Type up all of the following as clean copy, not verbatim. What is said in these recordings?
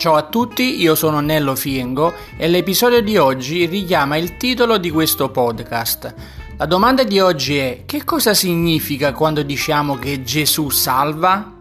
Ciao a tutti, io sono Nello Fiengo e l'episodio di oggi richiama il titolo di questo podcast. La domanda di oggi è: che cosa significa quando diciamo che Gesù salva?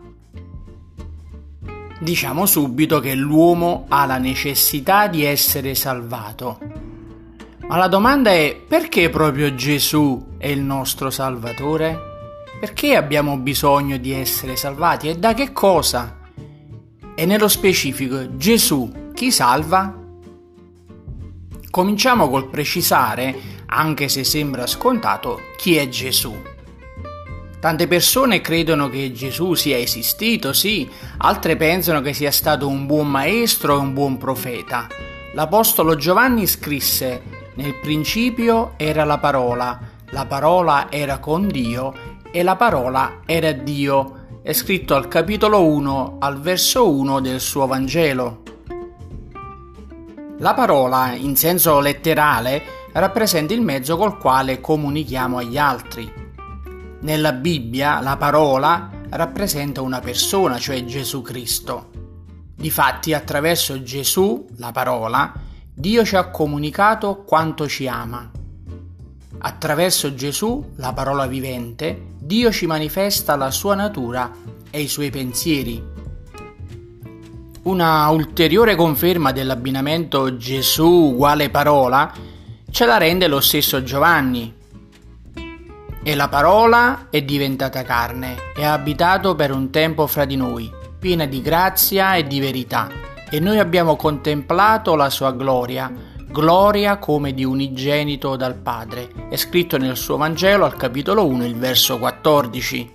Diciamo subito che l'uomo ha la necessità di essere salvato. Ma la domanda è: perché proprio Gesù è il nostro Salvatore? Perché abbiamo bisogno di essere salvati e da che cosa? E nello specifico, Gesù chi salva? Cominciamo col precisare, anche se sembra scontato, chi è Gesù. Tante persone credono che Gesù sia esistito, sì, altre pensano che sia stato un buon maestro e un buon profeta. L'Apostolo Giovanni scrisse: nel principio era la parola era con Dio e la parola era Dio. È scritto al capitolo 1, al verso 1 del suo Vangelo. La parola, in senso letterale, rappresenta il mezzo col quale comunichiamo agli altri. Nella Bibbia la parola rappresenta una persona, cioè Gesù Cristo. Difatti, attraverso Gesù, la parola, Dio ci ha comunicato quanto ci ama. Attraverso Gesù, la parola vivente, Dio ci manifesta la sua natura e i suoi pensieri. Una ulteriore conferma dell'abbinamento Gesù uguale parola ce la rende lo stesso Giovanni. E la parola è diventata carne e ha abitato per un tempo fra di noi, piena di grazia e di verità, e noi abbiamo contemplato la sua gloria come di unigenito dal Padre. È scritto nel suo Vangelo al capitolo 1, il verso 14.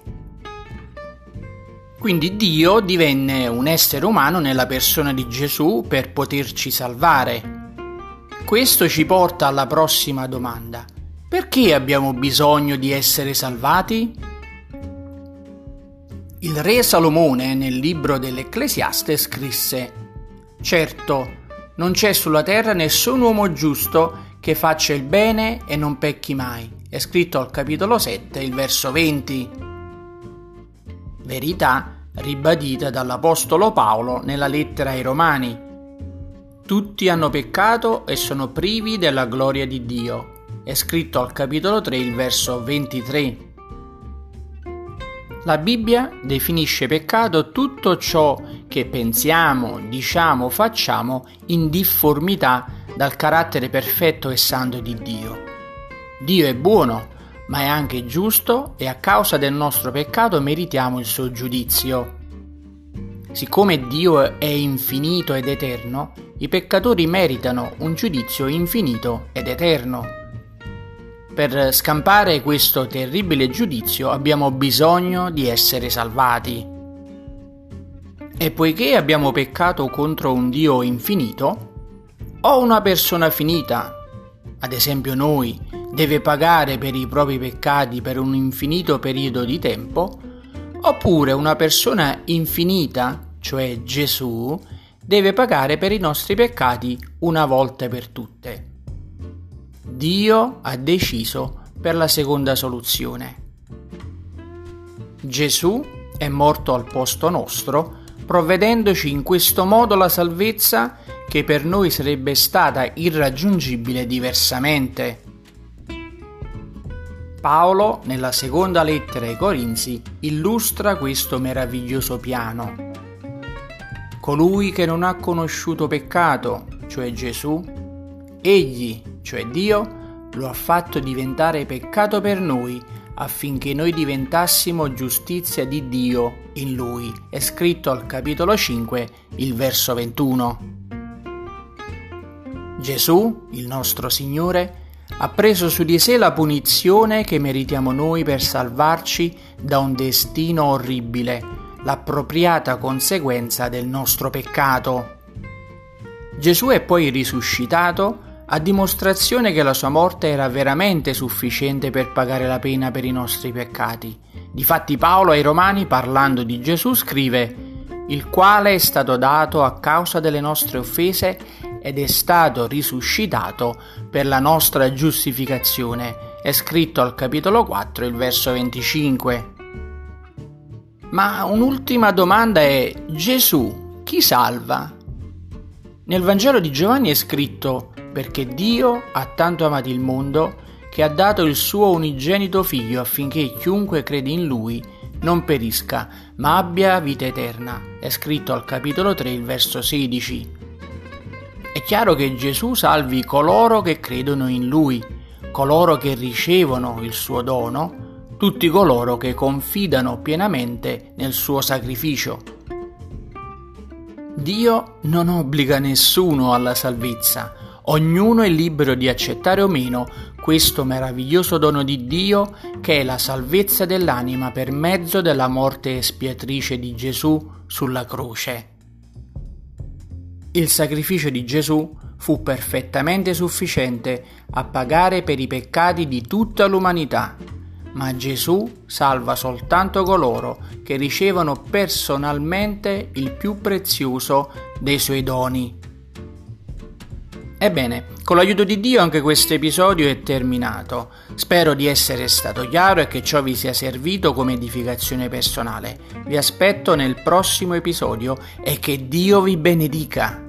Quindi Dio divenne un essere umano nella persona di Gesù per poterci salvare. Questo ci porta alla prossima domanda: perché abbiamo bisogno di essere salvati? Il re Salomone nel libro dell'Ecclesiaste scrisse: certo, non c'è sulla terra nessun uomo giusto che faccia il bene e non pecchi mai. È scritto al capitolo 7, il verso 20. Verità ribadita dall'Apostolo Paolo nella lettera ai Romani. Tutti hanno peccato e sono privi della gloria di Dio. È scritto al capitolo 3, il verso 23. La Bibbia definisce peccato tutto ciò che pensiamo, diciamo, facciamo in difformità dal carattere perfetto e santo di Dio. Dio è buono, ma è anche giusto e a causa del nostro peccato meritiamo il suo giudizio. Siccome Dio è infinito ed eterno, i peccatori meritano un giudizio infinito ed eterno. Per scampare questo terribile giudizio abbiamo bisogno di essere salvati. E poiché abbiamo peccato contro un Dio infinito, o una persona finita, ad esempio noi, deve pagare per i propri peccati per un infinito periodo di tempo, oppure una persona infinita, cioè Gesù, deve pagare per i nostri peccati una volta per tutte. Dio ha deciso per la seconda soluzione. Gesù è morto al posto nostro, provvedendoci in questo modo la salvezza che per noi sarebbe stata irraggiungibile diversamente. Paolo, nella seconda lettera ai Corinzi, illustra questo meraviglioso piano. Colui che non ha conosciuto peccato, cioè Gesù, egli, cioè Dio, lo ha fatto diventare peccato per noi, affinché noi diventassimo giustizia di Dio in Lui. È scritto al capitolo 5, il verso 21. Gesù, il nostro Signore, ha preso su di sé la punizione che meritiamo noi per salvarci da un destino orribile, l'appropriata conseguenza del nostro peccato. Gesù è poi risuscitato a dimostrazione che la sua morte era veramente sufficiente per pagare la pena per i nostri peccati. Difatti Paolo ai Romani, parlando di Gesù, scrive: il quale è stato dato a causa delle nostre offese ed è stato risuscitato per la nostra giustificazione. È scritto al capitolo 4, il verso 25. Ma un'ultima domanda è: Gesù chi salva? Nel Vangelo di Giovanni è scritto: perché Dio ha tanto amato il mondo che ha dato il suo unigenito figlio affinché chiunque crede in lui non perisca, ma abbia vita eterna. È scritto al capitolo 3, il verso 16. È chiaro che Gesù salvi coloro che credono in lui, coloro che ricevono il suo dono, tutti coloro che confidano pienamente nel suo sacrificio. Dio non obbliga nessuno alla salvezza, ognuno è libero di accettare o meno questo meraviglioso dono di Dio che è la salvezza dell'anima per mezzo della morte espiatrice di Gesù sulla croce. Il sacrificio di Gesù fu perfettamente sufficiente a pagare per i peccati di tutta l'umanità, ma Gesù salva soltanto coloro che ricevono personalmente il più prezioso dei suoi doni. Ebbene, con l'aiuto di Dio anche questo episodio è terminato. Spero di essere stato chiaro e che ciò vi sia servito come edificazione personale. Vi aspetto nel prossimo episodio e che Dio vi benedica.